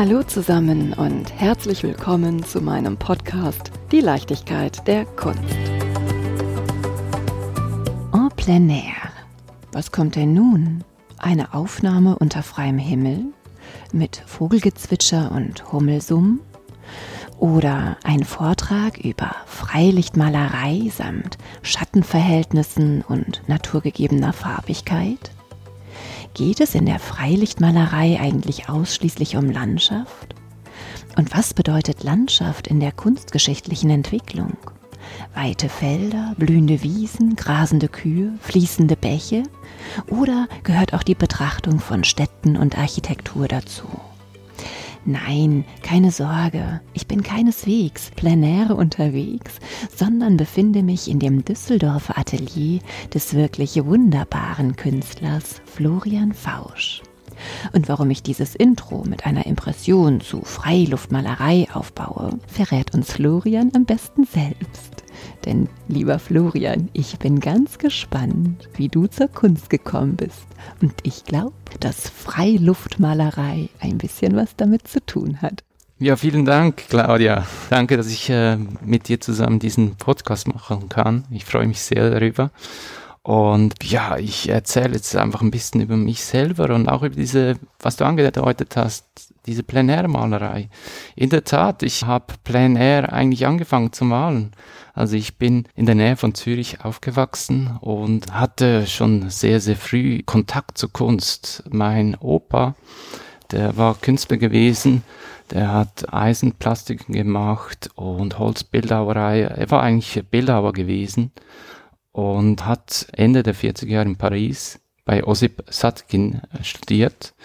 Hallo zusammen und herzlich willkommen zu meinem Podcast Die Leichtigkeit der Kunst. En plein air. Was kommt denn nun? Eine Aufnahme unter freiem Himmel mit Vogelgezwitscher und Hummelsummen? Oder ein Vortrag über Freilichtmalerei samt Schattenverhältnissen und naturgegebener Farbigkeit? Geht es in der Freilichtmalerei eigentlich ausschließlich um Landschaft? Und was bedeutet Landschaft in der kunstgeschichtlichen Entwicklung? Weite Felder, blühende Wiesen, grasende Kühe, fließende Bäche? Oder gehört auch die Betrachtung von Städten und Architektur dazu? Nein, keine Sorge, ich bin keineswegs plein-air unterwegs, sondern befinde mich in dem Düsseldorfer Atelier des wirklich wunderbaren Künstlers Florian Fausch. Und warum ich dieses Intro mit einer Impression zu Freiluftmalerei aufbaue, verrät uns Florian am besten selbst. Denn, lieber Florian, ich bin ganz gespannt, wie du zur Kunst gekommen bist. Und ich glaube, dass Freiluftmalerei ein bisschen was damit zu tun hat. Ja, vielen Dank, Claudia. Danke, dass ich mit dir zusammen diesen Podcast machen kann. Ich freue mich sehr darüber. Und ja, ich erzähle jetzt einfach ein bisschen über mich selber und auch über diese, was du angedeutet hast, diese Plein-Air-Malerei. In der Tat, ich habe Plein-Air eigentlich angefangen zu malen. Also ich bin in der Nähe von Zürich aufgewachsen und hatte schon sehr, sehr früh Kontakt zur Kunst. Mein Opa, der war Künstler gewesen, der hat Eisenplastiken gemacht und Holzbildhauerei. Er war eigentlich Bildhauer gewesen und hat Ende der 40er Jahre in Paris bei Osip Sadkin studiert.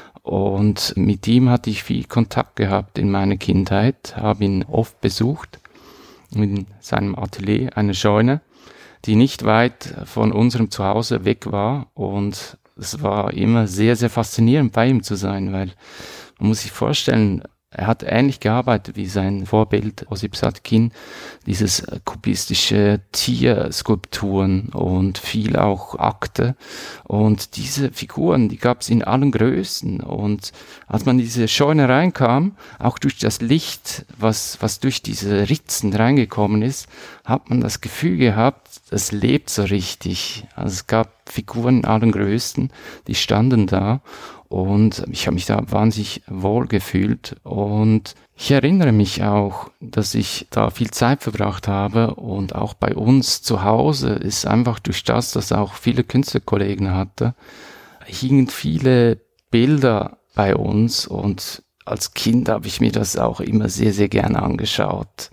Und mit ihm hatte ich viel Kontakt gehabt in meiner Kindheit, habe ihn oft besucht in seinem Atelier, eine Scheune, die nicht weit von unserem Zuhause weg war. Und es war immer sehr, sehr faszinierend, bei ihm zu sein, weil man muss sich vorstellen, er hat ähnlich gearbeitet wie sein Vorbild Osip Sadkin, dieses kubistische Tierskulpturen und viel auch Akte. Und diese Figuren, die gab es in allen Größen. Und als man in diese Scheune reinkam, auch durch das Licht, was durch diese Ritzen reingekommen ist, hat man das Gefühl gehabt, es lebt so richtig. Also es gab Figuren in allen Größen, die standen da. Und ich habe mich da wahnsinnig wohl gefühlt und ich erinnere mich auch, dass ich da viel Zeit verbracht habe und auch bei uns zu Hause ist einfach durch das, dass auch viele Künstlerkollegen hatte, hingen viele Bilder bei uns und als Kind habe ich mir das auch immer sehr, sehr gerne angeschaut.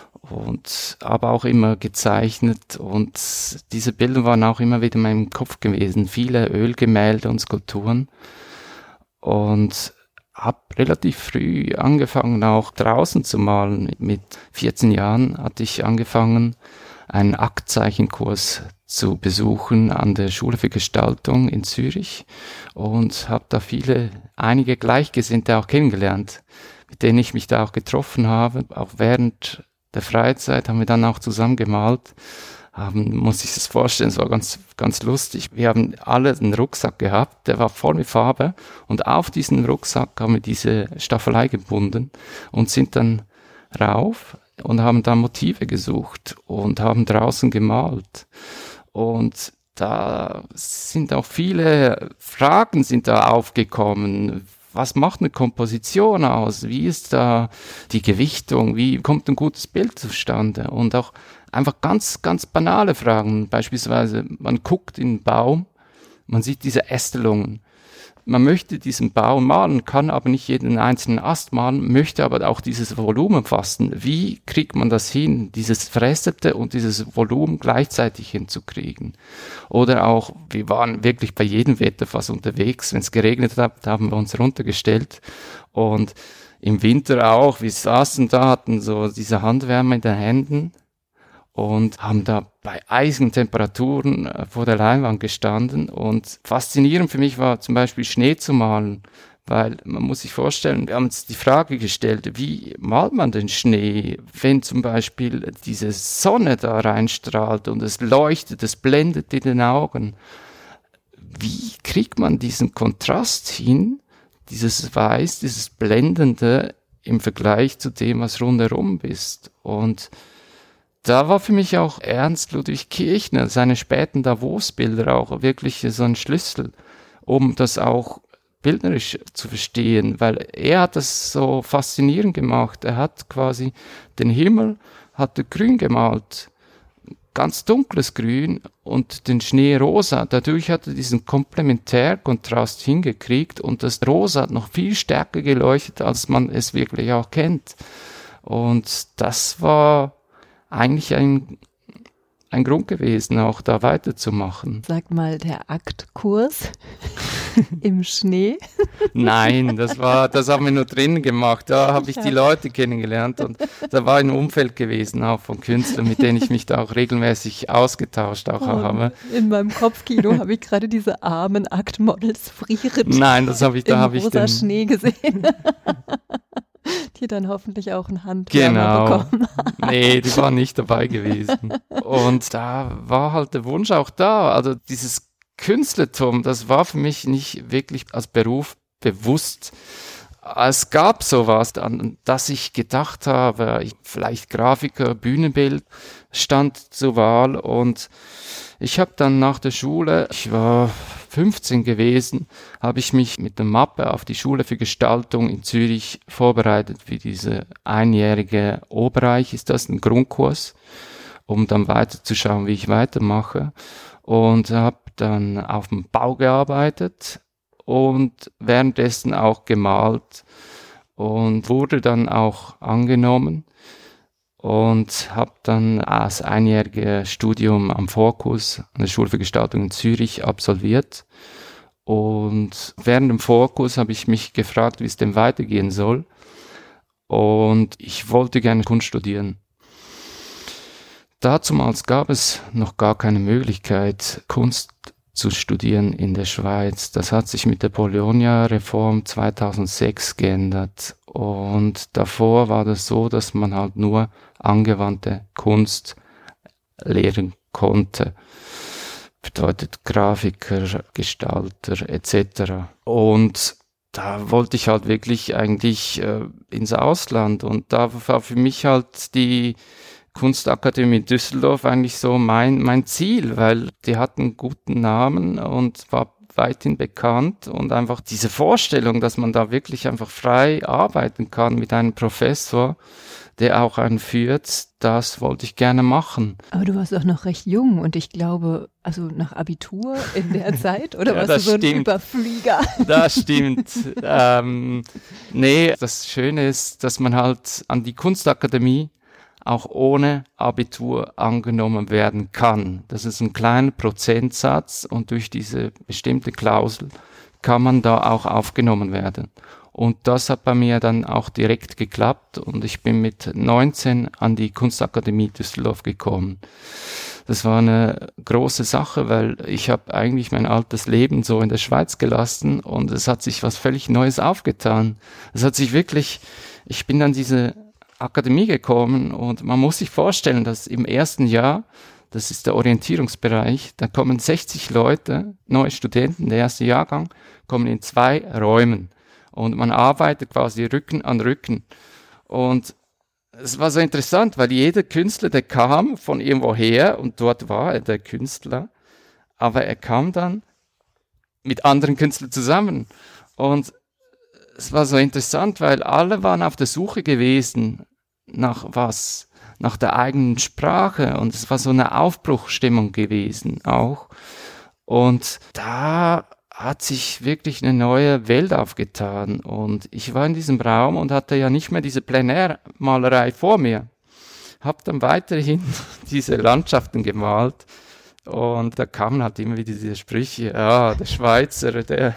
Und aber auch immer gezeichnet und diese Bilder waren auch immer wieder in meinem Kopf gewesen, viele Ölgemälde und Skulpturen. Und habe relativ früh angefangen, auch draußen zu malen. Mit 14 Jahren hatte ich angefangen, einen Aktzeichenkurs zu besuchen an der Schule für Gestaltung in Zürich und habe da einige Gleichgesinnte auch kennengelernt, mit denen ich mich da auch getroffen habe. Auch während der Freizeit haben wir dann auch zusammen gemalt. Muss ich das vorstellen, es war ganz, ganz lustig. Wir haben alle einen Rucksack gehabt, der war voll mit Farbe und auf diesen Rucksack haben wir diese Staffelei gebunden und sind dann rauf und haben da Motive gesucht und haben draußen gemalt. Und da sind auch viele Fragen sind da aufgekommen. Was macht eine Komposition aus? Wie ist da die Gewichtung? Wie kommt ein gutes Bild zustande? Und auch einfach ganz, ganz banale Fragen. Beispielsweise, man guckt in einen Baum, man sieht diese Ästelungen. Man möchte diesen Baum malen, kann aber nicht jeden einzelnen Ast malen, möchte aber auch dieses Volumen fassen. Wie kriegt man das hin, dieses Verästelte und dieses Volumen gleichzeitig hinzukriegen? Oder auch, wir waren wirklich bei jedem Wetter fast unterwegs. Wenn es geregnet hat, haben wir uns runtergestellt und im Winter auch, wir saßen da, hatten so diese Handwärme in den Händen und haben da bei eisigen Temperaturen vor der Leinwand gestanden. Und faszinierend für mich war zum Beispiel Schnee zu malen, weil man muss sich vorstellen, wir haben uns die Frage gestellt, wie malt man den Schnee, wenn zum Beispiel diese Sonne da reinstrahlt und es leuchtet, es blendet in den Augen. Wie kriegt man diesen Kontrast hin, dieses Weiß, dieses Blendende im Vergleich zu dem, was rundherum ist. Und da war für mich auch Ernst Ludwig Kirchner, seine späten Davos-Bilder auch wirklich so ein Schlüssel, um das auch bildnerisch zu verstehen, weil er hat das so faszinierend gemacht. Er hat quasi den Himmel, hatte grün gemalt, ganz dunkles Grün und den Schnee rosa. Dadurch hat er diesen Komplementärkontrast hingekriegt und das Rosa hat noch viel stärker geleuchtet, als man es wirklich auch kennt. Und das war eigentlich ein Grund gewesen, auch da weiterzumachen. Sag mal, der Aktkurs im Schnee? Nein, das haben wir nur drinnen gemacht. Da habe ich die Leute kennengelernt und da war ein Umfeld gewesen, auch von Künstlern, mit denen ich mich da auch regelmäßig ausgetauscht habe. In meinem Kopfkino habe ich gerade diese armen Aktmodels frierend Nein, da habe ich rosa Schnee gesehen. Die dann hoffentlich auch ein Handwärmer bekommen. Nee, die waren nicht dabei gewesen. Und da war halt der Wunsch auch da. Also dieses Künstlertum, das war für mich nicht wirklich als Beruf bewusst. Es gab sowas, an das ich gedacht habe, vielleicht Grafiker, Bühnenbild stand zur Wahl und ich habe dann nach der Schule, ich war 15 gewesen, habe ich mich mit der Mappe auf die Schule für Gestaltung in Zürich vorbereitet, für diese einjährige Oberreich ist das, ein Grundkurs, um dann weiterzuschauen, wie ich weitermache. Und habe dann auf dem Bau gearbeitet und währenddessen auch gemalt und wurde dann auch angenommen. Und habe dann das einjährige Studium am Vorkurs an der Schule für Gestaltung in Zürich absolviert. Und während dem Vorkurs habe ich mich gefragt, wie es denn weitergehen soll. Und ich wollte gerne Kunst studieren. Dazumals gab es noch gar keine Möglichkeit, Kunst zu studieren in der Schweiz. Das hat sich mit der Bologna-Reform 2006 geändert. Und davor war das so, dass man halt nur angewandte Kunst lehren konnte. Bedeutet Grafiker, Gestalter etc. Und da wollte ich halt wirklich eigentlich ins Ausland. Und da war für mich halt die Kunstakademie Düsseldorf eigentlich so mein Ziel, weil die hatten einen guten Namen und war weithin bekannt und einfach diese Vorstellung, dass man da wirklich einfach frei arbeiten kann mit einem Professor, der auch einen führt, das wollte ich gerne machen. Aber du warst auch noch recht jung und ich glaube, also nach Abitur in der Zeit, oder Ja, warst du so ein stimmt. Überflieger? Das stimmt. Nee, das Schöne ist, dass man halt an die Kunstakademie auch ohne Abitur angenommen werden kann. Das ist ein kleiner Prozentsatz und durch diese bestimmte Klausel kann man da auch aufgenommen werden. Und das hat bei mir dann auch direkt geklappt und ich bin mit 19 an die Kunstakademie Düsseldorf gekommen. Das war eine große Sache, weil ich habe eigentlich mein altes Leben so in der Schweiz gelassen und es hat sich was völlig Neues aufgetan. Es hat sich wirklich, ich bin an diese Akademie gekommen und man muss sich vorstellen, dass im ersten Jahr, das ist der Orientierungsbereich, da kommen 60 Leute, neue Studenten, der erste Jahrgang, kommen in 2 Räumen und man arbeitet quasi Rücken an Rücken. Und es war so interessant, weil jeder Künstler, der kam von irgendwo her und dort war er der Künstler, aber er kam dann mit anderen Künstlern zusammen. Und es war so interessant, weil alle waren auf der Suche gewesen nach was, nach der eigenen Sprache und es war so eine Aufbruchsstimmung gewesen auch. Und da hat sich wirklich eine neue Welt aufgetan und ich war in diesem Raum und hatte ja nicht mehr diese Plenärmalerei vor mir. Hab dann weiterhin diese Landschaften gemalt und da kamen halt immer wieder diese Sprüche, ja, der Schweizer, der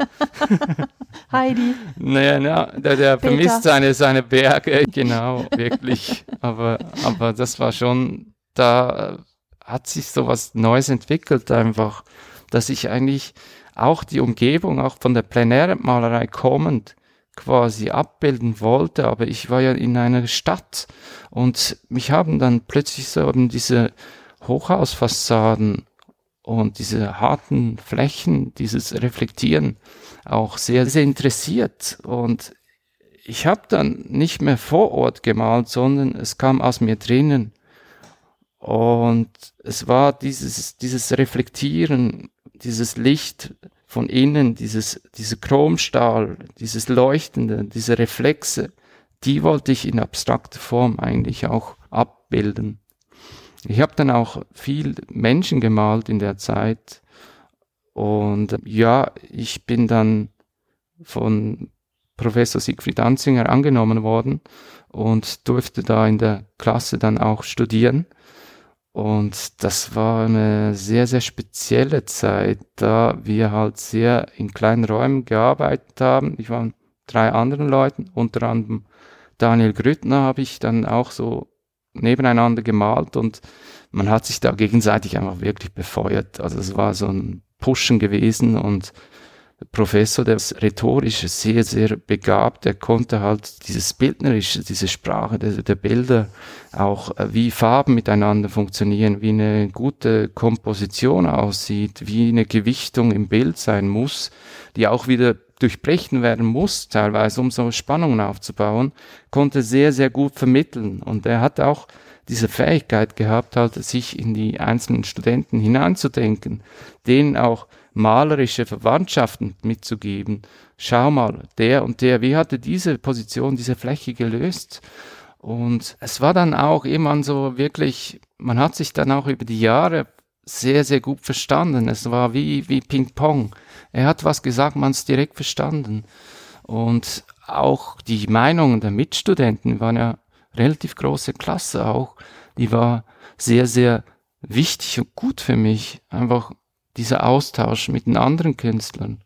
Heidi. der vermisst seine Berge, genau, wirklich. Aber das war schon, da hat sich so was Neues entwickelt einfach, dass ich eigentlich auch die Umgebung, auch von der Plenärmalerei kommend, quasi abbilden wollte, aber ich war ja in einer Stadt und mich haben dann plötzlich so eben diese Hochhausfassaden und diese harten Flächen, dieses Reflektieren auch sehr, sehr interessiert. Und ich habe dann nicht mehr vor Ort gemalt, sondern es kam aus mir drinnen. Und es war dieses Reflektieren, dieses Licht von innen, dieser Chromstahl, dieses Leuchtende, diese Reflexe, die wollte ich in abstrakter Form eigentlich auch abbilden. Ich habe dann auch viel Menschen gemalt in der Zeit. Und ja, ich bin dann von Professor Siegfried Anzinger angenommen worden und durfte da in der Klasse dann auch studieren. Und das war eine sehr, sehr spezielle Zeit, da wir halt sehr in kleinen Räumen gearbeitet haben. Ich war mit 3 anderen Leuten, unter anderem Daniel Grüttner habe ich dann auch so nebeneinander gemalt und man hat sich da gegenseitig einfach wirklich befeuert. Also es war so ein Pushen gewesen und der Professor, der ist rhetorisch sehr, sehr begabt, der konnte halt dieses Bildnerische, diese Sprache der Bilder, auch wie Farben miteinander funktionieren, wie eine gute Komposition aussieht, wie eine Gewichtung im Bild sein muss, die auch wieder durchbrechen werden muss, teilweise, um so Spannungen aufzubauen, konnte sehr, sehr gut vermitteln. Und er hat auch diese Fähigkeit gehabt, halt sich in die einzelnen Studenten hineinzudenken, denen auch malerische Verwandtschaften mitzugeben. Schau mal, der und der, wie hatte diese Position, diese Fläche gelöst? Und es war dann auch irgendwann so wirklich, man hat sich dann auch über die Jahre sehr, sehr gut verstanden. Es war wie Ping-Pong. Er hat was gesagt, man hat es direkt verstanden. Und auch die Meinungen der Mitstudenten waren ja relativ große Klasse auch. Die war sehr, sehr wichtig und gut für mich. Einfach dieser Austausch mit den anderen Künstlern.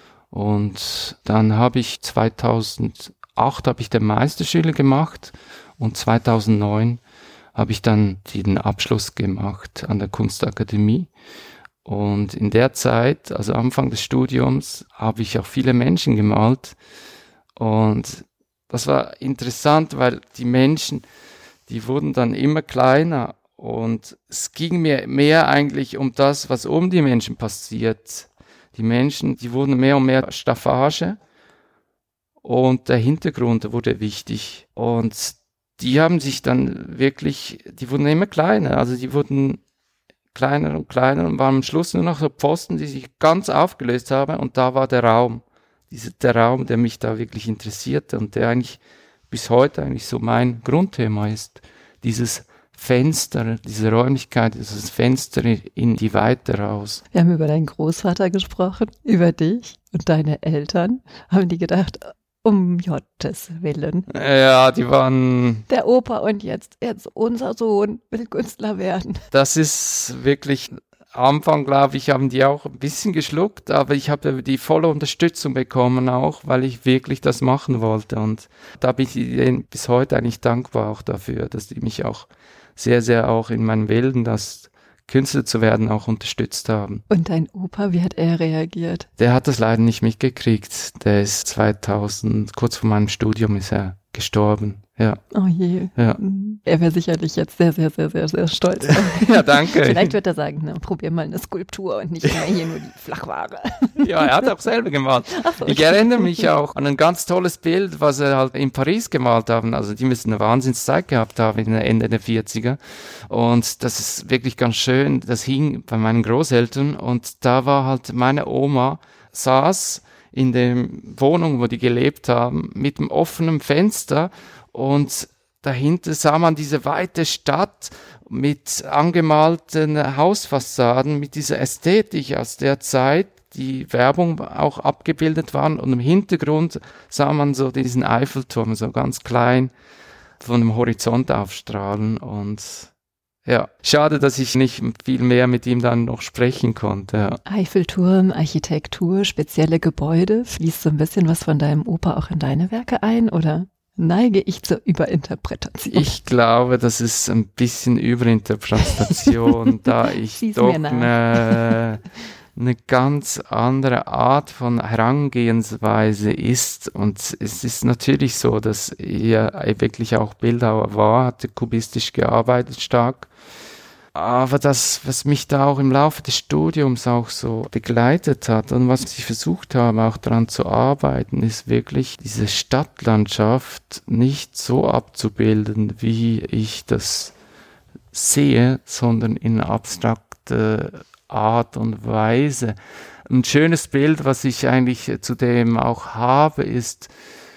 Und dann habe ich 2008 habe ich den Meisterschüler gemacht und 2009 habe ich dann den Abschluss gemacht an der Kunstakademie. Und in der Zeit, also Anfang des Studiums, habe ich auch viele Menschen gemalt. Und das war interessant, weil die Menschen, die wurden dann immer kleiner. Und es ging mir mehr eigentlich um das, was um die Menschen passiert. Die Menschen, die wurden mehr und mehr Staffage. Und der Hintergrund wurde wichtig. Und die haben sich dann wirklich, die wurden immer kleiner. Also die wurden kleiner und kleiner und waren am Schluss nur noch so Pfosten, die sich ganz aufgelöst haben. Und da war der Raum. Der Raum, der mich da wirklich interessierte und der eigentlich bis heute eigentlich so mein Grundthema ist. Dieses Fenster, diese Räumlichkeit, dieses Fenster in die Weite raus. Wir haben über deinen Großvater gesprochen, über dich und deine Eltern. Haben die gedacht, um Gottes Willen. Ja, die waren... Der Opa und jetzt unser Sohn will Künstler werden. Das ist wirklich... Am Anfang, glaube ich, haben die auch ein bisschen geschluckt, aber ich habe die volle Unterstützung bekommen auch, weil ich wirklich das machen wollte. Und da bin ich ihnen bis heute eigentlich dankbar auch dafür, dass die mich auch sehr, sehr auch in meinem Willen, das Künstler zu werden, auch unterstützt haben. Und dein Opa, wie hat er reagiert? Der hat das leider nicht mitgekriegt. Der ist 2000, kurz vor meinem Studium ist er gestorben. Ja. Oh je. Ja. Er wäre sicherlich jetzt sehr, sehr, sehr, sehr, sehr stolz. Ja, danke. Vielleicht wird er sagen, na, probier mal eine Skulptur und nicht immer hier nur die Flachware. Ja, er hat auch selber gemalt. So. Ich erinnere mich auch an ein ganz tolles Bild, was er halt in Paris gemalt haben. Also die müssen eine Wahnsinnszeit gehabt haben in der Ende der 40er. Und das ist wirklich ganz schön. Das hing bei meinen Großeltern und da war halt meine Oma, saß in der Wohnung, wo die gelebt haben, mit einem offenen Fenster und dahinter sah man diese weite Stadt mit angemalten Hausfassaden, mit dieser Ästhetik aus der Zeit, die Werbung auch abgebildet waren und im Hintergrund sah man so diesen Eiffelturm, so ganz klein von dem Horizont aufstrahlen und ja, schade, dass ich nicht viel mehr mit ihm dann noch sprechen konnte. Ja. Eiffelturm, Architektur, spezielle Gebäude, fließt so ein bisschen was von deinem Opa auch in deine Werke ein oder neige ich zur Überinterpretation? Ich glaube, das ist ein bisschen Überinterpretation, da ich doch eine ganz andere Art von Herangehensweise ist. Und es ist natürlich so, dass er wirklich auch Bildhauer war, hatte kubistisch gearbeitet stark. Aber das, was mich da auch im Laufe des Studiums auch so begleitet hat und was ich versucht habe, auch daran zu arbeiten, ist wirklich diese Stadtlandschaft nicht so abzubilden, wie ich das sehe, sondern in abstrakte Art und Weise. Ein schönes Bild, was ich eigentlich zudem auch habe, ist,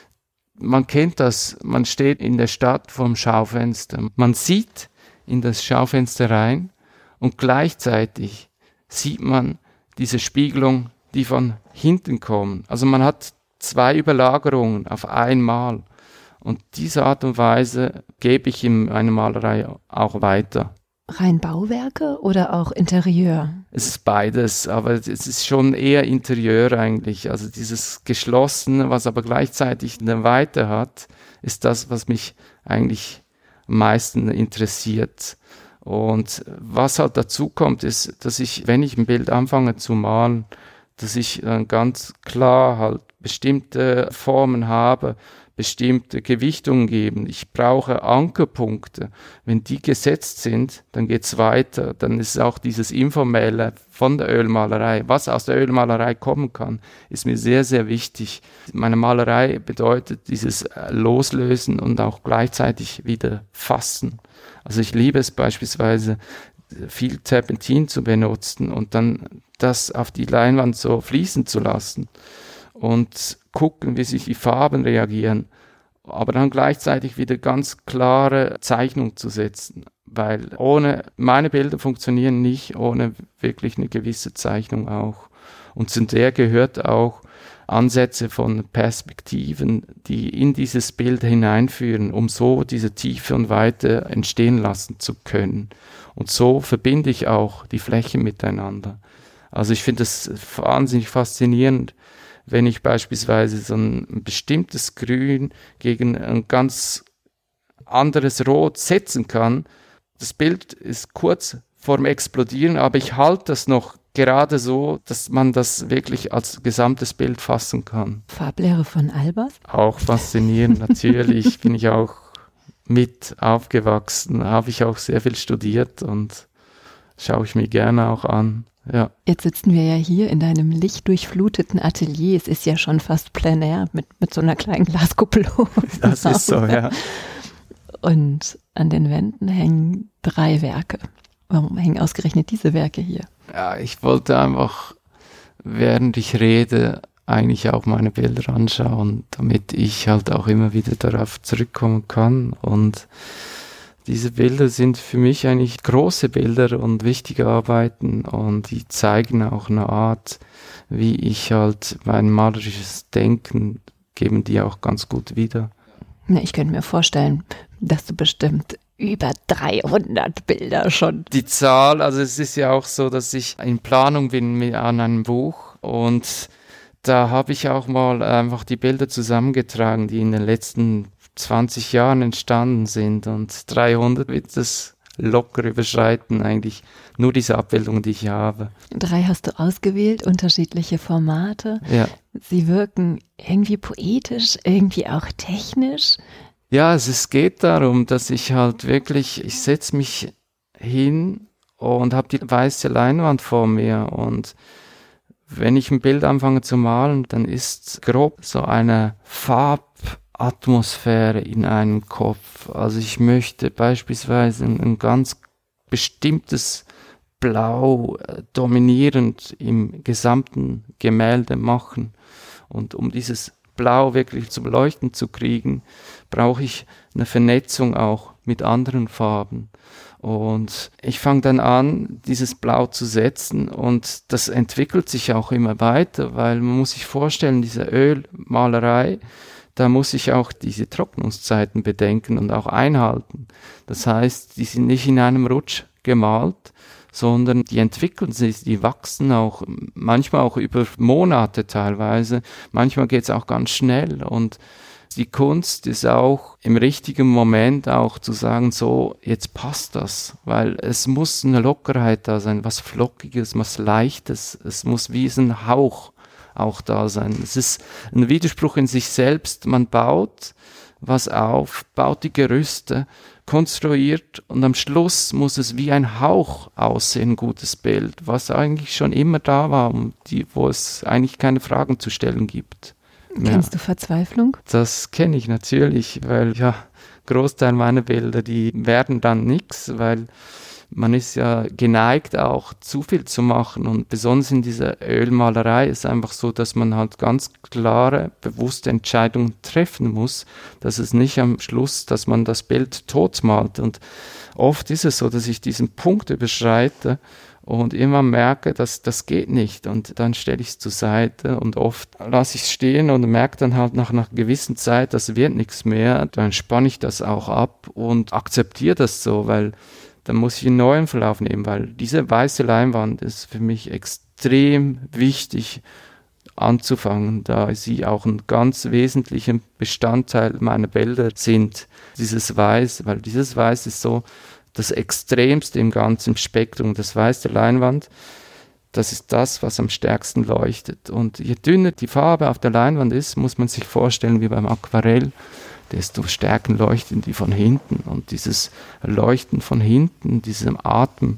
man kennt das, man steht in der Stadt vorm Schaufenster, man sieht in das Schaufenster rein und gleichzeitig sieht man diese Spiegelung, die von hinten kommen. Also man hat 2 Überlagerungen auf einmal und diese Art und Weise gebe ich in meiner Malerei auch weiter. Rein Bauwerke oder auch Interieur? Es ist beides, aber es ist schon eher Interieur eigentlich. Also dieses Geschlossene, was aber gleichzeitig eine Weite hat, ist das, was mich eigentlich am meisten interessiert. Und was halt dazu kommt, ist, dass ich, wenn ich ein Bild anfange zu malen, dass ich ganz klar halt bestimmte Formen habe, bestimmte Gewichtungen geben. Ich brauche Ankerpunkte. Wenn die gesetzt sind, dann geht's weiter. Dann ist auch dieses Informelle von der Ölmalerei, was aus der Ölmalerei kommen kann, ist mir sehr, sehr wichtig. Meine Malerei bedeutet dieses Loslösen und auch gleichzeitig wieder fassen. Also ich liebe es beispielsweise, viel Terpentin zu benutzen und dann das auf die Leinwand so fließen zu lassen und gucken, wie sich die Farben reagieren, aber dann gleichzeitig wieder ganz klare Zeichnung zu setzen, weil meine Bilder funktionieren nicht ohne wirklich eine gewisse Zeichnung auch. Und zu der gehört auch Ansätze von Perspektiven, die in dieses Bild hineinführen, um so diese Tiefe und Weite entstehen lassen zu können. Und so verbinde ich auch die Flächen miteinander. Also ich finde es wahnsinnig faszinierend, wenn ich beispielsweise so ein bestimmtes Grün gegen ein ganz anderes Rot setzen kann. Das Bild ist kurz vorm Explodieren, aber ich halte das noch gerade so, dass man das wirklich als gesamtes Bild fassen kann. Farblehre von Albers? Auch faszinierend, natürlich bin ich auch mit aufgewachsen, habe ich auch sehr viel studiert und schaue ich mir gerne auch an. Ja. Jetzt sitzen wir ja hier in deinem lichtdurchfluteten Atelier. Es ist ja schon fast plein air mit so einer kleinen Glaskuppel. Das ist so, ja. Und an den Wänden hängen 3 Werke. Warum hängen ausgerechnet diese Werke hier? Ja, ich wollte einfach, während ich rede, eigentlich auch meine Bilder anschauen, damit ich halt auch immer wieder darauf zurückkommen kann. Und diese Bilder sind für mich eigentlich große Bilder und wichtige Arbeiten und die zeigen auch eine Art, wie ich halt mein malerisches Denken, geben die auch ganz gut wieder. Ich könnte mir vorstellen, dass du bestimmt über 300 Bilder schon. Die Zahl, also es ist ja auch so, dass ich in Planung bin an einem Buch und da habe ich auch mal einfach die Bilder zusammengetragen, die in den letzten 20 Jahren entstanden sind und 300 wird das locker überschreiten eigentlich, nur diese Abbildungen, die ich habe. 3 hast du ausgewählt, unterschiedliche Formate. Ja. Sie wirken irgendwie poetisch, irgendwie auch technisch. Ja, es geht darum, dass ich halt wirklich, ich setze mich hin und habe die weiße Leinwand vor mir und wenn ich ein Bild anfange zu malen, dann ist grob so eine Farbatmosphäre in einem Kopf. Also ich möchte beispielsweise ein ganz bestimmtes Blau dominierend im gesamten Gemälde machen. Und um dieses Blau wirklich zum Leuchten zu kriegen, brauche ich eine Vernetzung auch mit anderen Farben. Und ich fange dann an, dieses Blau zu setzen und das entwickelt sich auch immer weiter, weil man muss sich vorstellen, diese Ölmalerei, da muss ich auch diese Trocknungszeiten bedenken und auch einhalten. Das heißt, die sind nicht in einem Rutsch gemalt, sondern die entwickeln sich, die wachsen auch, manchmal auch über Monate teilweise, manchmal geht es auch ganz schnell und die Kunst ist auch im richtigen Moment auch zu sagen, so, jetzt passt das, weil es muss eine Lockerheit da sein, was Flockiges, was Leichtes, es muss wie so ein Hauch auch da sein. Es ist ein Widerspruch in sich selbst, man baut was auf, baut die Gerüste, konstruiert und am Schluss muss es wie ein Hauch aussehen, ein gutes Bild, was eigentlich schon immer da war und wo es eigentlich keine Fragen zu stellen gibt. Kennst du Verzweiflung? Das kenne ich natürlich, weil Großteil meiner Bilder, die werden dann nichts, weil man ist ja geneigt auch zu viel zu machen und besonders in dieser Ölmalerei ist einfach so, dass man halt ganz klare, bewusste Entscheidungen treffen muss, dass es nicht am Schluss, dass man das Bild tot malt und oft ist es so, dass ich diesen Punkt überschreite und immer merke, dass das geht nicht und dann stelle ich es zur Seite und oft lasse ich es stehen und merke dann halt nach einer gewissen Zeit, das wird nichts mehr, dann spanne ich das auch ab und akzeptiere das so, weil dann muss ich einen neuen Verlauf nehmen, weil diese weiße Leinwand ist für mich extrem wichtig anzufangen, da sie auch ein ganz wesentlicher Bestandteil meiner Bilder sind, dieses Weiß, weil dieses Weiß ist so das Extremste im ganzen Spektrum, das Weiß der Leinwand, das ist das, was am stärksten leuchtet. Und je dünner die Farbe auf der Leinwand ist, muss man sich vorstellen wie beim Aquarell, desto stärker leuchten die von hinten. Und dieses Leuchten von hinten, diesem Atem,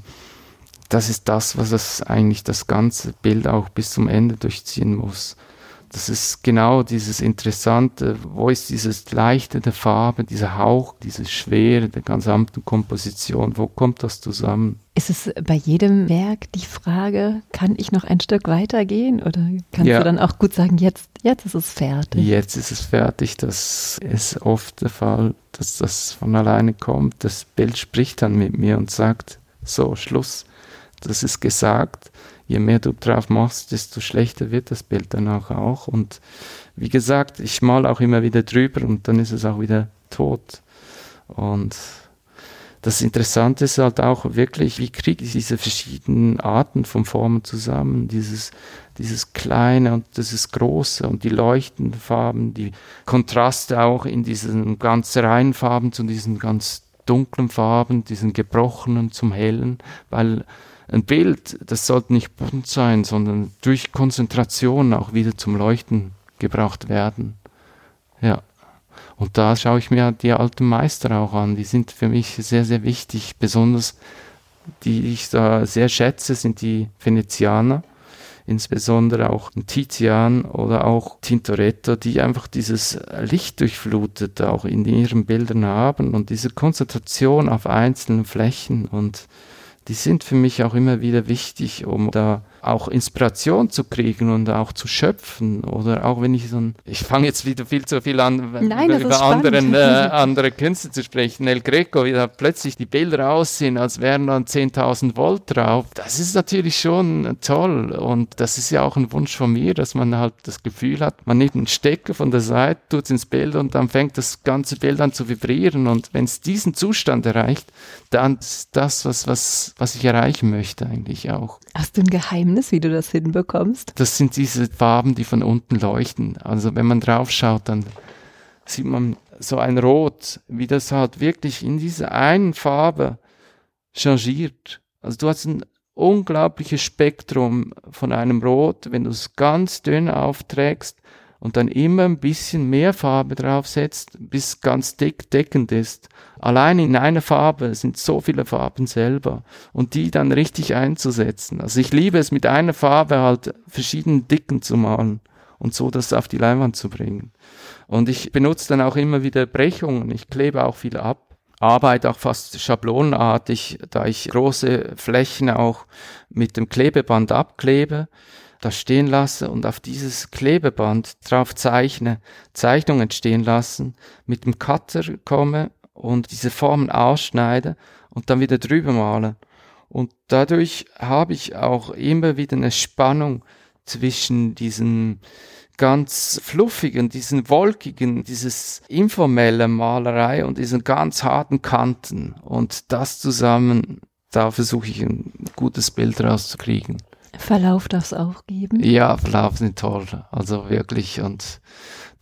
das ist das, was es eigentlich das ganze Bild auch bis zum Ende durchziehen muss. Das ist genau dieses Interessante, wo ist dieses Leichte der Farbe, dieser Hauch, diese Schwere der gesamten Komposition, wo kommt das zusammen? Ist es bei jedem Werk die Frage, kann ich noch ein Stück weitergehen oder kannst du dann auch gut sagen, jetzt ist es fertig? Jetzt ist es fertig, das ist oft der Fall, dass das von alleine kommt. Das Bild spricht dann mit mir und sagt, so, Schluss, das ist gesagt. Je mehr du drauf machst, desto schlechter wird das Bild danach auch. Und wie gesagt, ich male auch immer wieder drüber und dann ist es auch wieder tot. Und das Interessante ist halt auch wirklich, wie kriege ich diese verschiedenen Arten von Formen zusammen, dieses Kleine und dieses Große und die leuchtenden Farben, die Kontraste auch in diesen ganz reinen Farben zu diesen ganz dunklen Farben, diesen gebrochenen zum hellen, weil ein Bild, das sollte nicht bunt sein, sondern durch Konzentration auch wieder zum Leuchten gebracht werden. Ja. Und da schaue ich mir die alten Meister auch an. Die sind für mich sehr, sehr wichtig. Besonders, die ich da sehr schätze, sind die Venezianer. Insbesondere auch Tizian oder auch Tintoretto, die einfach dieses Licht durchflutet auch in ihren Bildern haben und diese Konzentration auf einzelnen Flächen und die sind für mich auch immer wieder wichtig, um da auch Inspiration zu kriegen und auch zu schöpfen. Oder auch wenn ich ich fange jetzt wieder viel zu viel an, über andere Künstler zu sprechen. El Greco, wie da plötzlich die Bilder aussehen, als wären dann 10.000 Volt drauf. Das ist natürlich schon toll. Und das ist ja auch ein Wunsch von mir, dass man halt das Gefühl hat, man nimmt einen Stecker von der Seite, tut es ins Bild und dann fängt das ganze Bild an zu vibrieren. Und wenn es diesen Zustand erreicht, dann ist das, was ich erreichen möchte eigentlich auch. Hast du ein Geheimnis, wie du das hinbekommst? Das sind diese Farben, die von unten leuchten. Also wenn man drauf schaut, dann sieht man so ein Rot, wie das halt wirklich in dieser einen Farbe changiert. Also du hast ein unglaubliches Spektrum von einem Rot, wenn du es ganz dünn aufträgst und dann immer ein bisschen mehr Farbe draufsetzt, bis es ganz dick deckend ist. Allein in einer Farbe sind so viele Farben selber und die dann richtig einzusetzen. Also ich liebe es, mit einer Farbe halt verschiedene Dicken zu malen und so das auf die Leinwand zu bringen. Und ich benutze dann auch immer wieder Brechungen, ich klebe auch viel ab, arbeite auch fast schablonenartig, da ich große Flächen auch mit dem Klebeband abklebe, das stehen lasse und auf dieses Klebeband drauf Zeichnungen entstehen lassen, mit dem Cutter komme und diese Formen ausschneide und dann wieder drüber male. Und dadurch habe ich auch immer wieder eine Spannung zwischen diesen ganz fluffigen, diesen wolkigen, dieses informelle Malerei und diesen ganz harten Kanten. Und das zusammen, da versuche ich ein gutes Bild rauszukriegen. Verlauf darf es auch geben? Ja, Verlauf sind toll, also wirklich. Und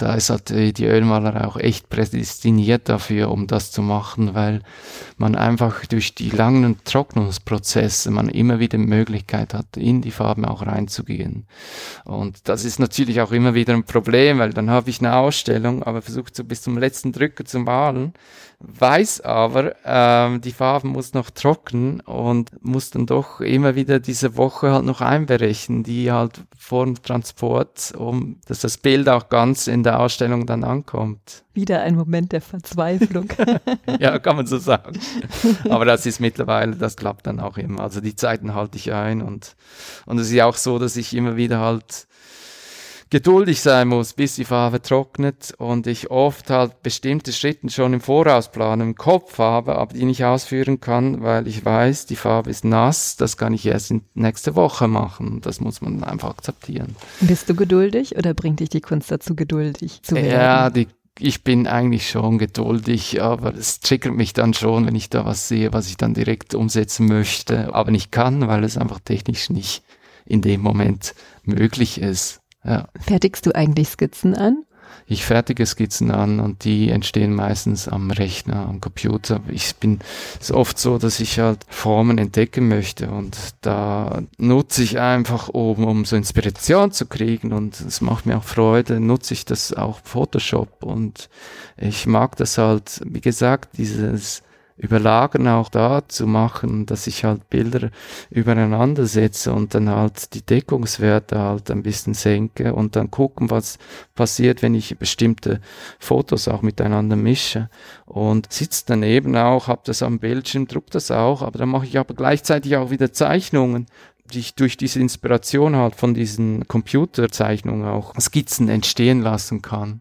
da ist halt die Ölmalerei auch echt prädestiniert dafür, um das zu machen, weil man einfach durch die langen Trocknungsprozesse man immer wieder die Möglichkeit hat, in die Farben auch reinzugehen. Und das ist natürlich auch immer wieder ein Problem, weil dann habe ich eine Ausstellung, aber versuche so bis zum letzten Drücker zu malen, weiß aber, die Farben muss noch trocknen und muss dann doch immer wieder diese Woche halt noch einberechnen, die halt vor dem Transport, dass das Bild auch ganz in der Ausstellung dann ankommt. Wieder ein Moment der Verzweiflung. Ja, kann man so sagen. Aber das ist mittlerweile, das klappt dann auch immer. Also die Zeiten halte ich ein und es ist ja auch so, dass ich immer wieder halt geduldig sein muss, bis die Farbe trocknet und ich oft halt bestimmte Schritte schon im Vorausplan im Kopf habe, aber die nicht ausführen kann, weil ich weiß, die Farbe ist nass, das kann ich erst nächste Woche machen. Das muss man einfach akzeptieren. Bist du geduldig oder bringt dich die Kunst dazu, geduldig zu werden? Ja, ich bin eigentlich schon geduldig, aber es triggert mich dann schon, wenn ich da was sehe, was ich dann direkt umsetzen möchte, aber nicht kann, weil es einfach technisch nicht in dem Moment möglich ist. Ja. Fertigst du eigentlich Skizzen an? Ich fertige Skizzen an und die entstehen meistens am Rechner, am Computer. Es ist oft so, dass ich halt Formen entdecken möchte und da nutze ich einfach, um so Inspiration zu kriegen und es macht mir auch Freude, nutze ich das auch Photoshop und ich mag das halt, wie gesagt, dieses Überlagern auch da zu machen, dass ich halt Bilder übereinander setze und dann halt die Deckungswerte halt ein bisschen senke und dann gucken, was passiert, wenn ich bestimmte Fotos auch miteinander mische und sitze daneben auch, habe das am Bildschirm, druck das auch, aber dann mache ich aber gleichzeitig auch wieder Zeichnungen, die ich durch diese Inspiration halt von diesen Computerzeichnungen auch Skizzen entstehen lassen kann.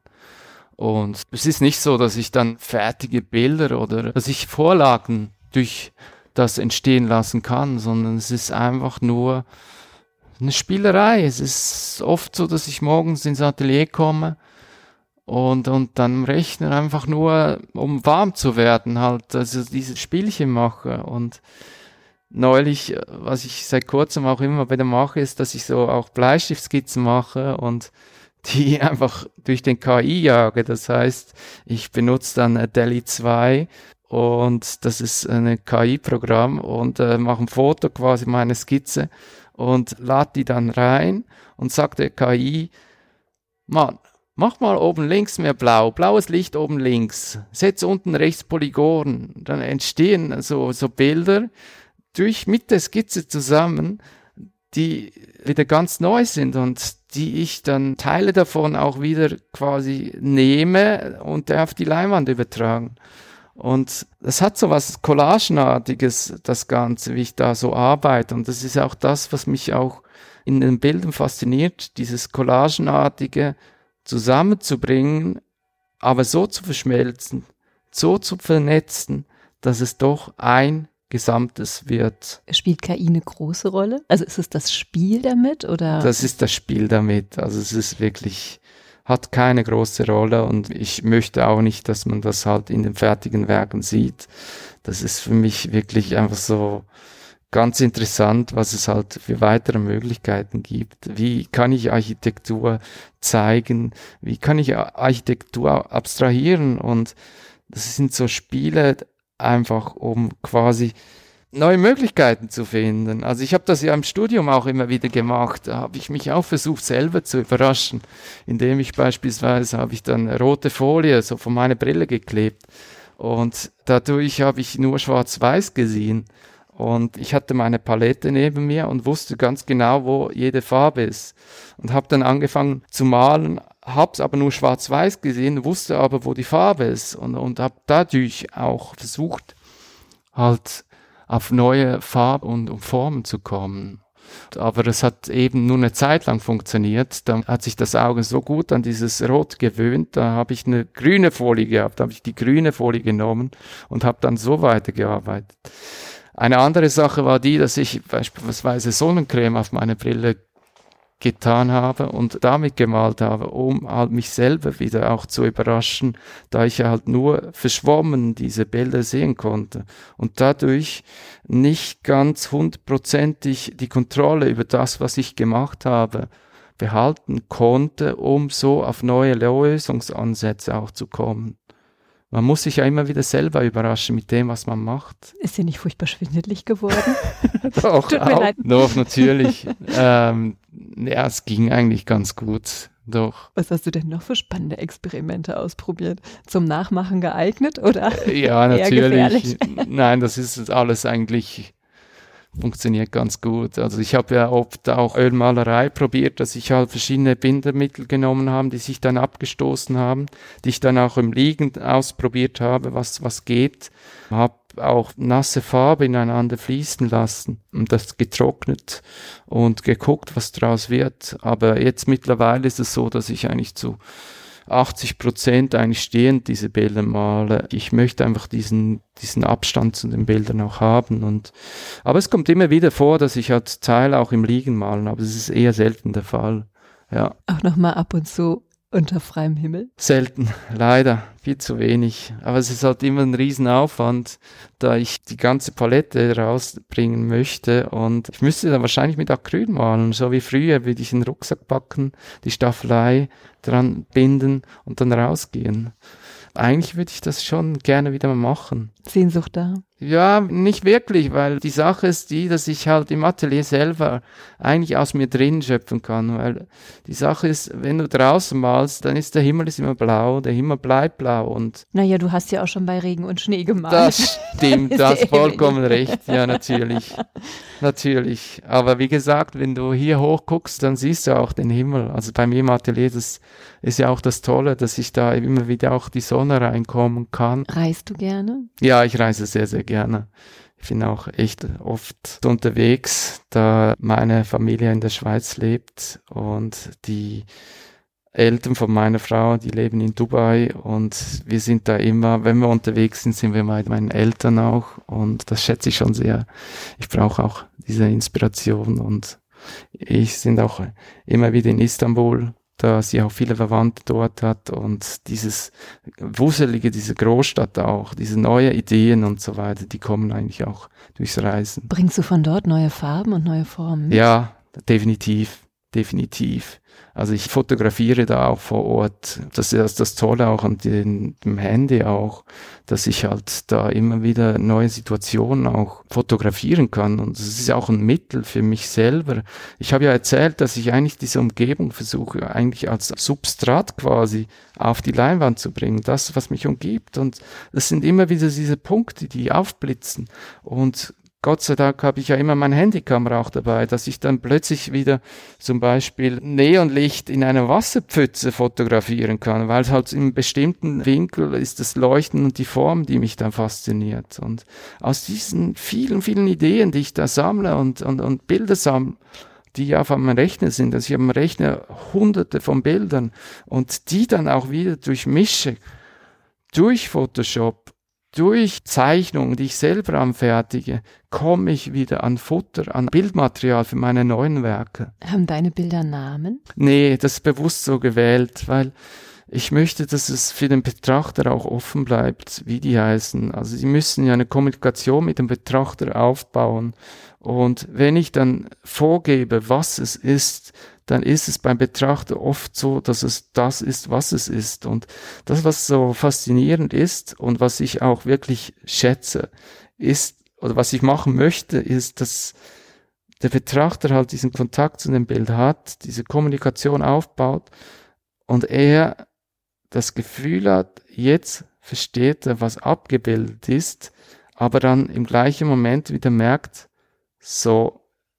Und es ist nicht so, dass ich dann fertige Bilder oder dass ich Vorlagen durch das entstehen lassen kann, sondern es ist einfach nur eine Spielerei. Es ist oft so, dass ich morgens ins Atelier komme und dann am Rechner einfach nur, um warm zu werden, halt, also diese Spielchen mache. Und neulich, was ich seit kurzem auch immer wieder mache, ist, dass ich so auch Bleistiftskizzen mache und die einfach durch den KI jage. Das heißt, ich benutze dann DALL-E 2 und das ist ein KI-Programm und mache ein Foto quasi meiner Skizze und lade die dann rein und sagt der KI, Mann, mach mal oben links mehr blau, blaues Licht oben links, setz unten rechts Polygon, dann entstehen so Bilder mit der Skizze zusammen, die wieder ganz neu sind und die ich dann Teile davon auch wieder quasi nehme und auf die Leinwand übertragen. Und es hat so was Collagenartiges, das Ganze, wie ich da so arbeite. Und das ist auch das, was mich auch in den Bildern fasziniert, dieses Collagenartige zusammenzubringen, aber so zu verschmelzen, so zu vernetzen, dass es doch ein Gesamtes wird. Spielt KI eine große Rolle? Also ist es das Spiel damit oder? Das ist das Spiel damit. Also es ist wirklich, hat keine große Rolle und ich möchte auch nicht, dass man das halt in den fertigen Werken sieht. Das ist für mich wirklich einfach so ganz interessant, was es halt für weitere Möglichkeiten gibt. Wie kann ich Architektur zeigen? Wie kann ich Architektur abstrahieren? Und das sind so Spiele, einfach um quasi neue Möglichkeiten zu finden. Also ich habe das ja im Studium auch immer wieder gemacht. Da habe ich mich auch versucht, selber zu überraschen, indem ich beispielsweise habe ich dann rote Folie so von meiner Brille geklebt und dadurch habe ich nur schwarz-weiß gesehen und ich hatte meine Palette neben mir und wusste ganz genau, wo jede Farbe ist und habe dann angefangen zu malen, hab's aber nur schwarz-weiß gesehen, wusste aber, wo die Farbe ist und habe dadurch auch versucht, halt auf neue Farben und Formen zu kommen. Aber es hat eben nur eine Zeit lang funktioniert. Dann hat sich das Auge so gut an dieses Rot gewöhnt, da habe ich eine grüne Folie gehabt, da habe ich die grüne Folie genommen und habe dann so weitergearbeitet. Eine andere Sache war die, dass ich beispielsweise Sonnencreme auf meine Brille getan habe und damit gemalt habe, um halt mich selber wieder auch zu überraschen, da ich halt nur verschwommen diese Bilder sehen konnte und dadurch nicht ganz 100%ig die Kontrolle über das, was ich gemacht habe, behalten konnte, um so auf neue Lösungsansätze auch zu kommen. Man muss sich ja immer wieder selber überraschen mit dem, was man macht. Ist dir nicht furchtbar schwindelig geworden? Doch, Tut mir leid. Doch, natürlich. Ja, es ging eigentlich ganz gut. Doch. Was hast du denn noch für spannende Experimente ausprobiert? Zum Nachmachen geeignet oder Ja, eher natürlich. gefährlich? Nein, das ist alles eigentlich funktioniert ganz gut. Also ich habe ja oft auch Ölmalerei probiert, dass ich halt verschiedene Bindemittel genommen habe, die sich dann abgestoßen haben, die ich dann auch im Liegen ausprobiert habe, was geht. Habe auch nasse Farbe ineinander fließen lassen und das getrocknet und geguckt, was draus wird. Aber jetzt mittlerweile ist es so, dass ich eigentlich zu 80% eigentlich stehend diese Bilder male. Ich möchte einfach diesen Abstand zu den Bildern auch haben. Aber es kommt immer wieder vor, dass ich halt Teile auch im Liegen malen, aber es ist eher selten der Fall. Ja. Auch nochmal ab und zu unter freiem Himmel? Selten, leider, viel zu wenig. Aber es ist halt immer ein Riesenaufwand, da ich die ganze Palette rausbringen möchte. Und ich müsste dann wahrscheinlich mit Acryl malen. So wie früher würde ich einen Rucksack packen, die Staffelei dran binden und dann rausgehen. Eigentlich würde ich das schon gerne wieder mal machen. Sehnsucht da? Ja, nicht wirklich, weil die Sache ist die, dass ich halt im Atelier selber eigentlich aus mir drin schöpfen kann, weil die Sache ist, wenn du draußen malst, dann ist der Himmel immer blau, der Himmel bleibt blau und... Naja, du hast ja auch schon bei Regen und Schnee gemalt. Das stimmt, du hast vollkommen recht, ja, natürlich. Natürlich, aber wie gesagt, wenn du hier hoch guckst, dann siehst du auch den Himmel. Also bei mir im Atelier, das ist ja auch das Tolle, dass ich da immer wieder auch die Sonne reinkommen kann. Reist du gerne? Ja, ich reise sehr, sehr gerne. Ich bin auch echt oft unterwegs, da meine Familie in der Schweiz lebt und die Eltern von meiner Frau, die leben in Dubai und wir sind da immer, wenn wir unterwegs sind, sind wir mit meinen Eltern auch und das schätze ich schon sehr. Ich brauche auch diese Inspiration und ich sind auch immer wieder in Istanbul, da sie auch viele Verwandte dort hat und dieses Wuselige, diese Großstadt auch, diese neue Ideen und so weiter, die kommen eigentlich auch durchs Reisen. Bringst du von dort neue Farben und neue Formen mit? Ja, definitiv. Also ich fotografiere da auch vor Ort. Das ist das Tolle auch an dem Handy auch, dass ich halt da immer wieder neue Situationen auch fotografieren kann. Und das ist auch ein Mittel für mich selber. Ich habe ja erzählt, dass ich eigentlich diese Umgebung versuche, eigentlich als Substrat quasi auf die Leinwand zu bringen. Das, was mich umgibt. Und das sind immer wieder diese Punkte, die aufblitzen. Und Gott sei Dank habe ich ja immer meine Handykamera auch dabei, dass ich dann plötzlich wieder zum Beispiel Neonlicht in einer Wasserpfütze fotografieren kann, weil es halt in einem bestimmten Winkel ist das Leuchten und die Form, die mich dann fasziniert. Und aus diesen vielen, vielen Ideen, die ich da sammle und Bilder sammle, die ja auf meinem Rechner sind, also ich habe am Rechner hunderte von Bildern und die dann auch wieder durchmische, durch Photoshop, durch Zeichnungen, die ich selber anfertige, komme ich wieder an Futter, an Bildmaterial für meine neuen Werke. Haben deine Bilder Namen? Nee, das ist bewusst so gewählt, weil ich möchte, dass es für den Betrachter auch offen bleibt, wie die heißen. Also sie müssen ja eine Kommunikation mit dem Betrachter aufbauen. Und wenn ich dann vorgebe, was es ist, dann ist es beim Betrachter oft so, dass es das ist, was es ist. Und das, was so faszinierend ist und was ich auch wirklich schätze, ist, oder was ich machen möchte, ist, dass der Betrachter halt diesen Kontakt zu dem Bild hat, diese Kommunikation aufbaut und er das Gefühl hat, jetzt versteht er, was abgebildet ist, aber dann im gleichen Moment wieder merkt, so,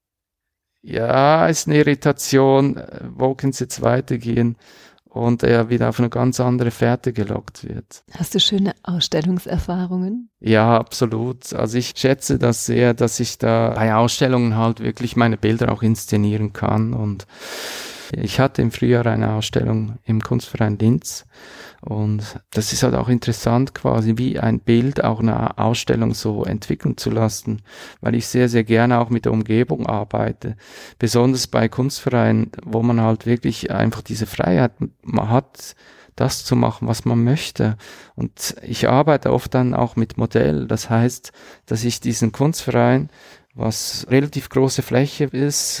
ja, ist eine Irritation, wo kann es jetzt weitergehen? Und er wieder auf eine ganz andere Fährte gelockt wird. Hast du schöne Ausstellungserfahrungen? Ja, absolut. Also ich schätze das sehr, dass ich da bei Ausstellungen halt wirklich meine Bilder auch inszenieren kann. Und ich hatte im Frühjahr eine Ausstellung im Kunstverein Linz. Und das ist halt auch interessant, quasi wie ein Bild auch eine Ausstellung so entwickeln zu lassen, weil ich sehr, sehr gerne auch mit der Umgebung arbeite. Besonders bei Kunstvereinen, wo man halt wirklich einfach diese Freiheit hat, das zu machen, was man möchte. Und ich arbeite oft dann auch mit Modell. Das heißt, dass ich diesen Kunstverein, was relativ große Fläche ist,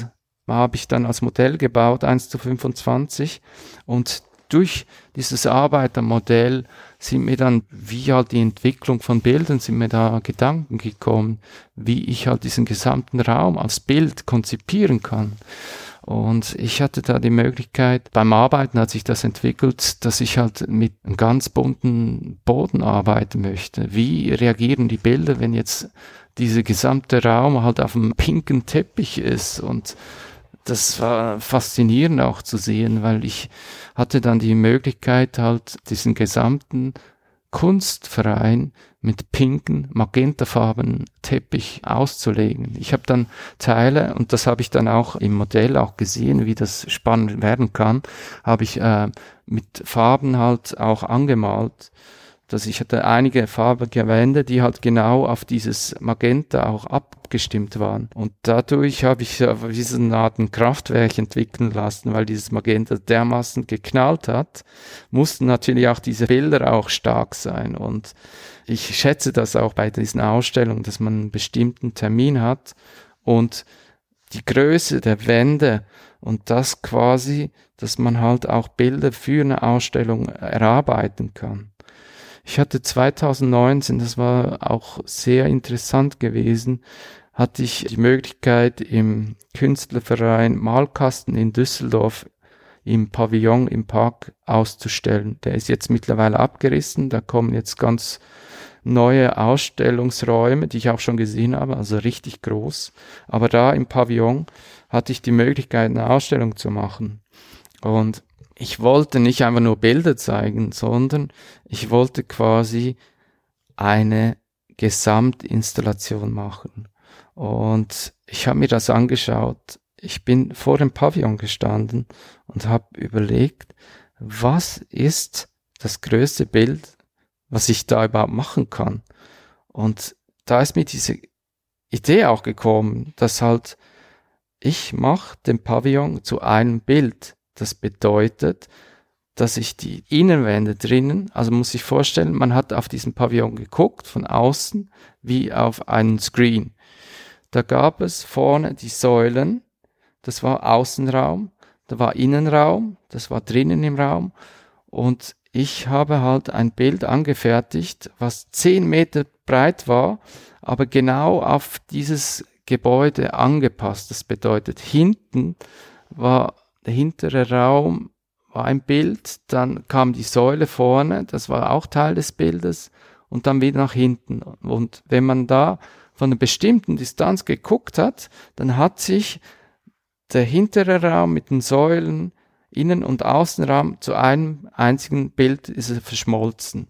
habe ich dann als Modell gebaut, 1:25, und durch dieses Arbeit am Modell sind mir dann, wie halt die Entwicklung von Bildern, sind mir da Gedanken gekommen, wie ich halt diesen gesamten Raum als Bild konzipieren kann. Und ich hatte da die Möglichkeit, beim Arbeiten hat sich das entwickelt, dass ich halt mit einem ganz bunten Boden arbeiten möchte. Wie reagieren die Bilder, wenn jetzt dieser gesamte Raum halt auf einem pinken Teppich ist? Und das war faszinierend auch zu sehen, weil ich hatte dann die Möglichkeit, halt diesen gesamten Kunstverein mit pinken, magentafarbenen Teppich auszulegen. Ich habe dann Teile, und das habe ich dann auch im Modell auch gesehen, wie das spannend werden kann, habe ich mit Farben halt auch angemalt. Dass ich hatte einige farbige Wände, die halt genau auf dieses Magenta auch abgestimmt waren. Und dadurch habe ich wie so eine Art ein Kraftwerk entwickeln lassen, weil dieses Magenta dermaßen geknallt hat, mussten natürlich auch diese Bilder auch stark sein. Und ich schätze das auch bei diesen Ausstellungen, dass man einen bestimmten Termin hat und die Größe der Wände und das quasi, dass man halt auch Bilder für eine Ausstellung erarbeiten kann. Ich hatte 2019, das war auch sehr interessant gewesen, hatte ich die Möglichkeit im Künstlerverein Malkasten in Düsseldorf im Pavillon im Park auszustellen. Der ist jetzt mittlerweile abgerissen, da kommen jetzt ganz neue Ausstellungsräume, die ich auch schon gesehen habe, also richtig groß. Aber da im Pavillon hatte ich die Möglichkeit, eine Ausstellung zu machen. Und ich wollte nicht einfach nur Bilder zeigen, sondern ich wollte quasi eine Gesamtinstallation machen. Und ich habe mir das angeschaut. Ich bin vor dem Pavillon gestanden und habe überlegt, was ist das größte Bild, was ich da überhaupt machen kann. Und da ist mir diese Idee auch gekommen, dass halt ich mache den Pavillon zu einem Bild. Das bedeutet, dass ich die Innenwände drinnen, also muss ich vorstellen, man hat auf diesen Pavillon geguckt, von außen, wie auf einen Screen. Da gab es vorne die Säulen, das war Außenraum, da war Innenraum, das war drinnen im Raum, und ich habe halt ein Bild angefertigt, was 10 Meter breit war, aber genau auf dieses Gebäude angepasst. Das bedeutet, hinten war der hintere Raum war ein Bild, dann kam die Säule vorne, das war auch Teil des Bildes, und dann wieder nach hinten. Und wenn man da von einer bestimmten Distanz geguckt hat, dann hat sich der hintere Raum mit den Säulen, Innen- und Außenraum zu einem einzigen Bild ist verschmolzen.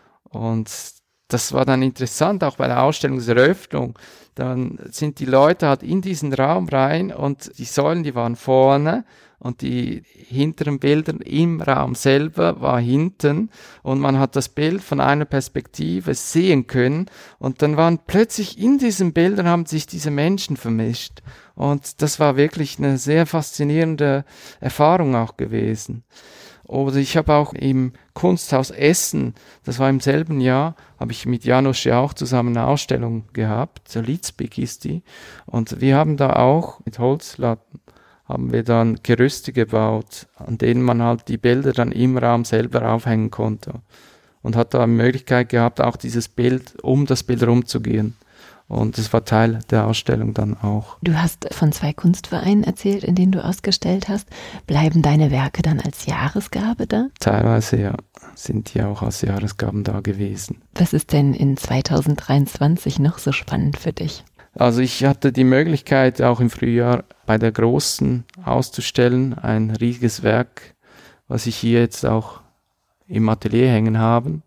Und das war dann interessant, auch bei der Ausstellungseröffnung. Dann sind die Leute halt in diesen Raum rein und die Säulen, die waren vorne und die hinteren Bilder im Raum selber war hinten und man hat das Bild von einer Perspektive sehen können und dann waren plötzlich in diesen Bildern haben sich diese Menschen vermischt und das war wirklich eine sehr faszinierende Erfahrung auch gewesen. Oder ich habe auch im Kunsthaus Essen, das war im selben Jahr, habe ich mit Janusz Jauch zusammen eine Ausstellung gehabt, so Litzbig ist die. Und wir haben da auch mit Holzlatten, haben wir dann Gerüste gebaut, an denen man halt die Bilder dann im Raum selber aufhängen konnte. Und hat da eine Möglichkeit gehabt, auch dieses Bild, um das Bild rumzugehen. Und das war Teil der Ausstellung dann auch. Du hast von 2 Kunstvereinen erzählt, in denen du ausgestellt hast. Bleiben deine Werke dann als Jahresgabe da? Teilweise, ja, sind die auch als Jahresgaben da gewesen. Was ist denn in 2023 noch so spannend für dich? Also ich hatte die Möglichkeit, auch im Frühjahr bei der Großen auszustellen. Ein riesiges Werk, was ich hier jetzt auch im Atelier hängen habe.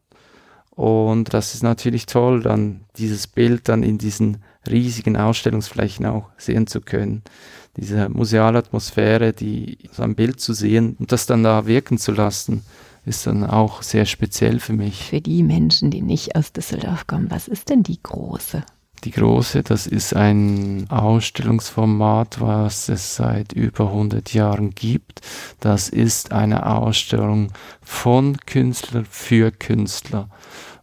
Und das ist natürlich toll, dann dieses Bild dann in diesen riesigen Ausstellungsflächen auch sehen zu können. Diese museale Atmosphäre, so ein Bild zu sehen und das dann da wirken zu lassen, ist dann auch sehr speziell für mich. Für die Menschen, die nicht aus Düsseldorf kommen, was ist denn die Große? Die Große, das ist ein Ausstellungsformat, was es seit über 100 Jahren gibt. Das ist eine Ausstellung von Künstlern für Künstler.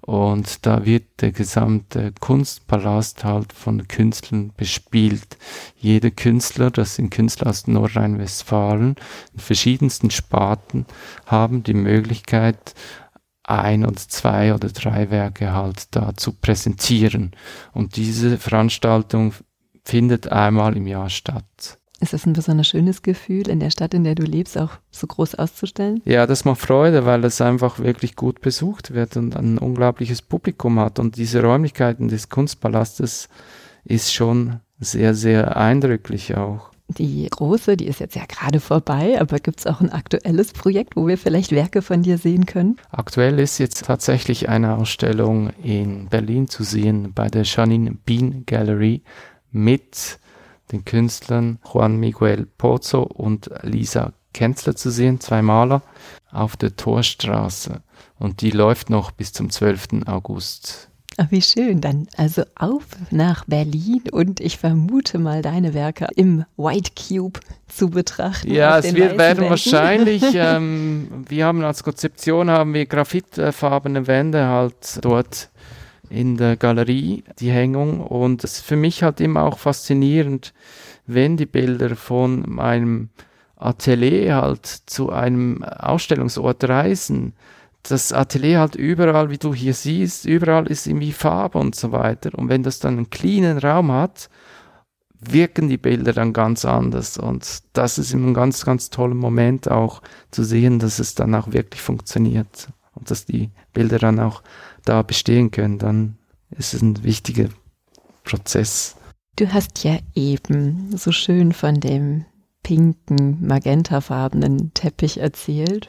und da wird der gesamte Kunstpalast halt von Künstlern bespielt. Jeder Künstler, das sind Künstler aus Nordrhein-Westfalen, in verschiedensten Sparten, haben die Möglichkeit, 1 oder 2 oder 3 Werke halt da zu präsentieren. Und diese Veranstaltung findet einmal im Jahr statt. Ist das ein besonders schönes Gefühl, in der Stadt, in der du lebst, auch so groß auszustellen? Ja, das macht Freude, weil es einfach wirklich gut besucht wird und ein unglaubliches Publikum hat. Und diese Räumlichkeiten des Kunstpalastes ist schon sehr, sehr eindrücklich auch. Die große, die ist jetzt ja gerade vorbei, aber gibt es auch ein aktuelles Projekt, wo wir vielleicht Werke von dir sehen können? Aktuell ist jetzt tatsächlich eine Ausstellung in Berlin zu sehen bei der Janine Bean Gallery mit den Künstlern Juan Miguel Pozo und Lisa Kenzler zu sehen, 2 Maler, auf der Torstraße. Und die läuft noch bis zum 12. August. Ach, wie schön. Dann also auf nach Berlin und ich vermute mal deine Werke im White Cube zu betrachten. Ja, es werden wahrscheinlich, wir haben als Konzeption graphitfarbene Wände halt dort in der Galerie, die Hängung, und es ist für mich halt immer auch faszinierend, wenn die Bilder von meinem Atelier halt zu einem Ausstellungsort reisen. Das Atelier halt überall, wie du hier siehst, überall ist irgendwie Farbe und so weiter. Und wenn das dann einen cleanen Raum hat, wirken die Bilder dann ganz anders. Und das ist immer ein ganz, ganz toller Moment auch zu sehen, dass es dann auch wirklich funktioniert und dass die Bilder dann auch da bestehen können. Dann ist es ein wichtiger Prozess. Du hast ja eben so schön von dem pinken, magentafarbenen Teppich erzählt.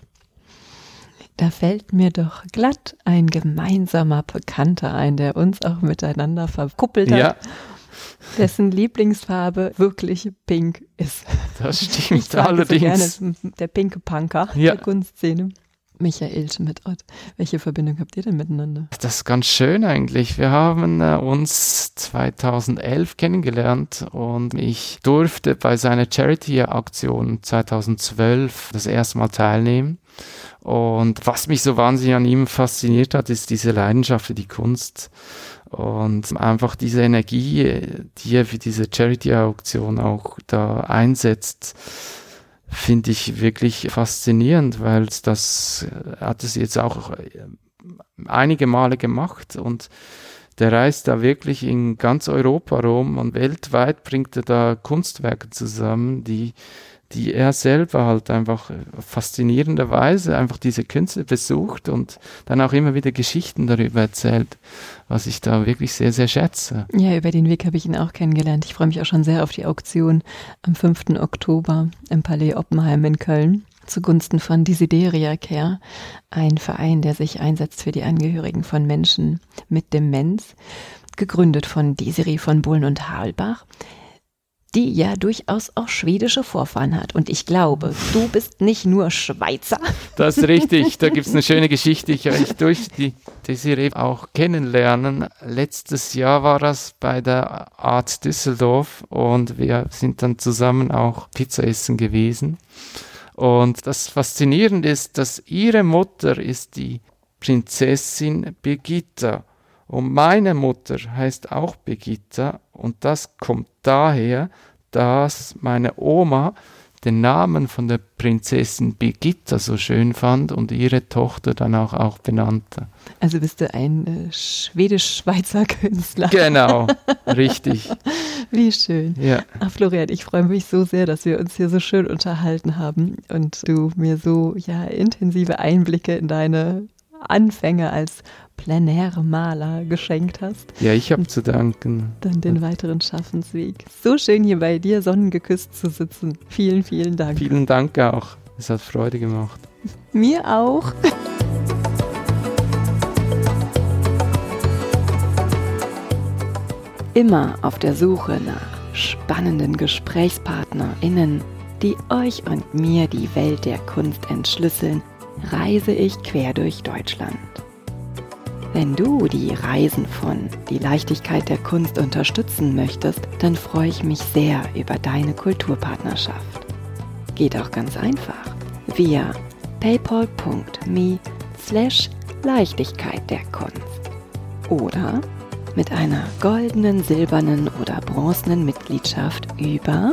Da fällt mir doch glatt ein gemeinsamer Bekannter ein, der uns auch miteinander verkuppelt hat, ja, dessen Lieblingsfarbe wirklich pink ist. Das stimmt Ich sage allerdings. so gerne, der pinke Punker der Kunstszene. Michael Schmidt-Ott, welche Verbindung habt ihr denn miteinander? Das ist ganz schön eigentlich. Wir haben uns 2011 kennengelernt und ich durfte bei seiner Charity-Aktion 2012 das erste Mal teilnehmen. Und was mich so wahnsinnig an ihm fasziniert hat, ist diese Leidenschaft für die Kunst und einfach diese Energie, die er für diese Charity-Auktion auch da einsetzt, finde ich wirklich faszinierend, weil das hat es jetzt auch einige Male gemacht und der reist da wirklich in ganz Europa rum und weltweit bringt er da Kunstwerke zusammen, die er selber halt einfach faszinierenderweise einfach diese Künstler besucht und dann auch immer wieder Geschichten darüber erzählt, was ich da wirklich sehr, sehr schätze. Ja, über den Weg habe ich ihn auch kennengelernt. Ich freue mich auch schon sehr auf die Auktion am 5. Oktober im Palais Oppenheim in Köln zugunsten von Desideria Care, ein Verein, der sich einsetzt für die Angehörigen von Menschen mit Demenz, gegründet von Desiree von Bohlen und Harlbach, die ja durchaus auch schwedische Vorfahren hat. Und ich glaube, du bist nicht nur Schweizer. Das ist richtig. Da gibt es eine schöne Geschichte. Ich durch die Desiree auch kennenlernen. Letztes Jahr war das bei der Art Düsseldorf und wir sind dann zusammen auch Pizza essen gewesen. Und das Faszinierende ist, dass ihre Mutter ist die Prinzessin Birgitta. Und meine Mutter heißt auch Birgitta und das kommt daher, dass meine Oma den Namen von der Prinzessin Birgitta so schön fand und ihre Tochter dann auch benannte. Also bist du ein schwedisch-schweizer Künstler. Genau, richtig. Wie schön. Ja. Ach, Florian, ich freue mich so sehr, dass wir uns hier so schön unterhalten haben und du mir so intensive Einblicke in deine Anfänge als Plein-Air-Maler geschenkt hast. Ja, ich habe zu danken. Dann den weiteren Schaffensweg. So schön hier bei dir sonnengeküsst zu sitzen. Vielen, vielen Dank. Vielen Dank auch. Es hat Freude gemacht. Mir auch. Immer auf der Suche nach spannenden GesprächspartnerInnen, die euch und mir die Welt der Kunst entschlüsseln, reise ich quer durch Deutschland. Wenn du die Reisen von Die Leichtigkeit der Kunst unterstützen möchtest, dann freue ich mich sehr über deine Kulturpartnerschaft. Geht auch ganz einfach via paypal.me/Leichtigkeit der Kunst. oder mit einer goldenen, silbernen oder bronzenen Mitgliedschaft über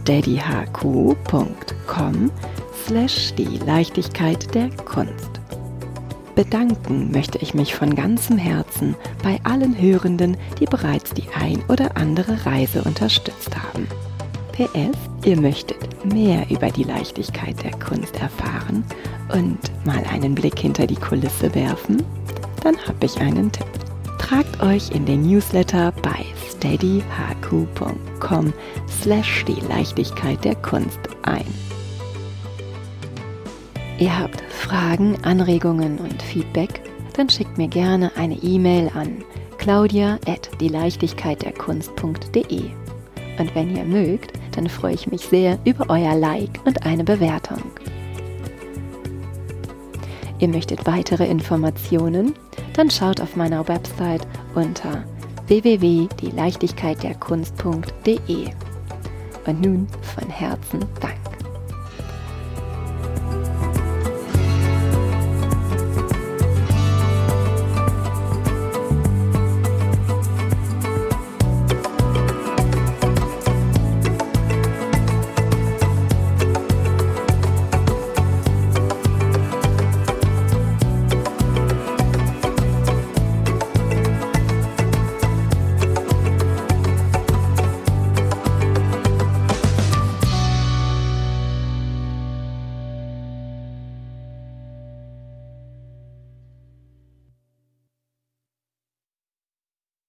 steadyhq.com/die Leichtigkeit der Kunst. Bedanken möchte ich mich von ganzem Herzen bei allen Hörenden, die bereits die ein oder andere Reise unterstützt haben. PS, ihr möchtet mehr über die Leichtigkeit der Kunst erfahren und mal einen Blick hinter die Kulisse werfen? Dann habe ich einen Tipp. Tragt euch in den Newsletter bei steadyhq.com/die Leichtigkeit der Kunst ein. Ihr habt Fragen, Anregungen und Feedback? Dann schickt mir gerne eine E-Mail an claudia@dieleichtigkeitderkunst.de. Und wenn ihr mögt, dann freue ich mich sehr über euer Like und eine Bewertung. Ihr möchtet weitere Informationen? Dann schaut auf meiner Website unter www.dieleichtigkeitderkunst.de. Und nun von Herzen Dank.